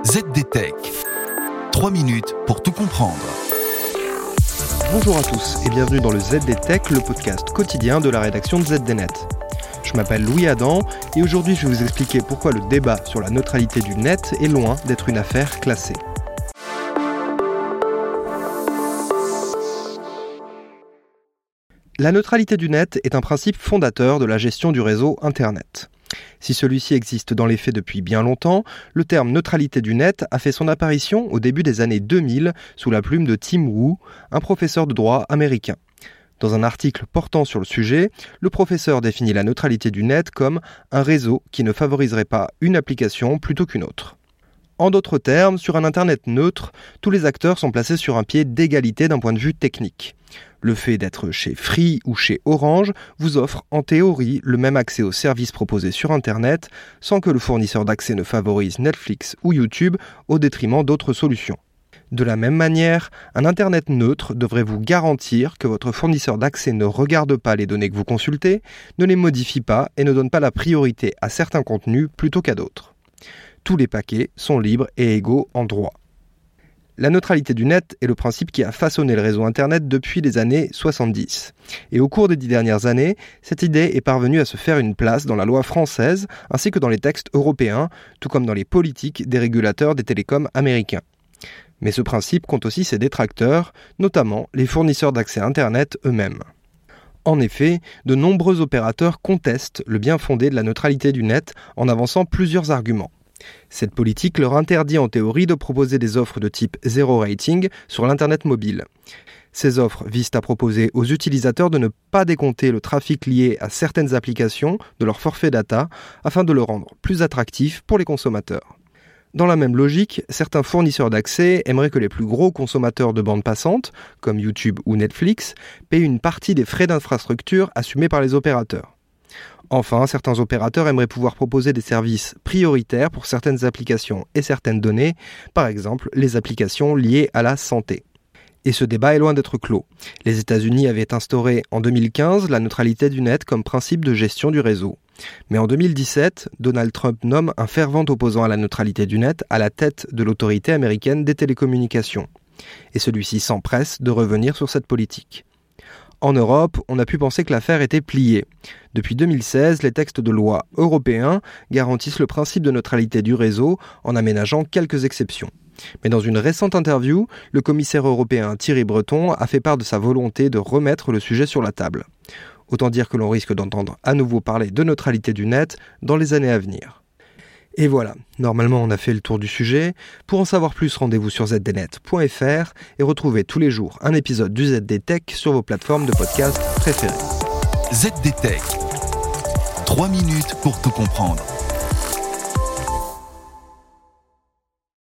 ZDTech. 3 minutes pour tout comprendre. Bonjour à tous et bienvenue dans le ZDTech, le podcast quotidien de la rédaction de ZDNet. Je m'appelle Louis Adam et aujourd'hui je vais vous expliquer pourquoi le débat sur la neutralité du net est loin d'être une affaire classée. La neutralité du net est un principe fondateur de la gestion du réseau Internet. Si celui-ci existe dans les faits depuis bien longtemps, le terme neutralité du net a fait son apparition au début des années 2000 sous la plume de Tim Wu, un professeur de droit américain. Dans un article portant sur le sujet, le professeur définit la neutralité du net comme un réseau qui ne favoriserait pas une application plutôt qu'une autre. En d'autres termes, sur un Internet neutre, tous les acteurs sont placés sur un pied d'égalité d'un point de vue technique. Le fait d'être chez Free ou chez Orange vous offre en théorie le même accès aux services proposés sur Internet sans que le fournisseur d'accès ne favorise Netflix ou YouTube au détriment d'autres solutions. De la même manière, un Internet neutre devrait vous garantir que votre fournisseur d'accès ne regarde pas les données que vous consultez, ne les modifie pas et ne donne pas la priorité à certains contenus plutôt qu'à d'autres. Tous les paquets sont libres et égaux en droit. La neutralité du net est le principe qui a façonné le réseau Internet depuis les années 70. Et au cours des 10 dernières années, cette idée est parvenue à se faire une place dans la loi française ainsi que dans les textes européens, tout comme dans les politiques des régulateurs des télécoms américains. Mais ce principe compte aussi ses détracteurs, notamment les fournisseurs d'accès Internet eux-mêmes. En effet, de nombreux opérateurs contestent le bien-fondé de la neutralité du net en avançant plusieurs arguments. Cette politique leur interdit en théorie de proposer des offres de type zéro rating sur l'Internet mobile. Ces offres visent à proposer aux utilisateurs de ne pas décompter le trafic lié à certaines applications de leur forfait data afin de le rendre plus attractif pour les consommateurs. Dans la même logique, certains fournisseurs d'accès aimeraient que les plus gros consommateurs de bande passante, comme YouTube ou Netflix, payent une partie des frais d'infrastructure assumés par les opérateurs. Enfin, certains opérateurs aimeraient pouvoir proposer des services prioritaires pour certaines applications et certaines données, par exemple les applications liées à la santé. Et ce débat est loin d'être clos. Les États-Unis avaient instauré en 2015 la neutralité du net comme principe de gestion du réseau. Mais en 2017, Donald Trump nomme un fervent opposant à la neutralité du net à la tête de l'autorité américaine des télécommunications. Et celui-ci s'empresse de revenir sur cette politique. En Europe, on a pu penser que l'affaire était pliée. Depuis 2016, les textes de loi européens garantissent le principe de neutralité du réseau en aménageant quelques exceptions. Mais dans une récente interview, le commissaire européen Thierry Breton a fait part de sa volonté de remettre le sujet sur la table. Autant dire que l'on risque d'entendre à nouveau parler de neutralité du net dans les années à venir. Et voilà, normalement on a fait le tour du sujet. Pour en savoir plus, rendez-vous sur zdnet.fr et retrouvez tous les jours un épisode du ZDTech sur vos plateformes de podcast préférées. ZDTech. 3 minutes pour tout comprendre.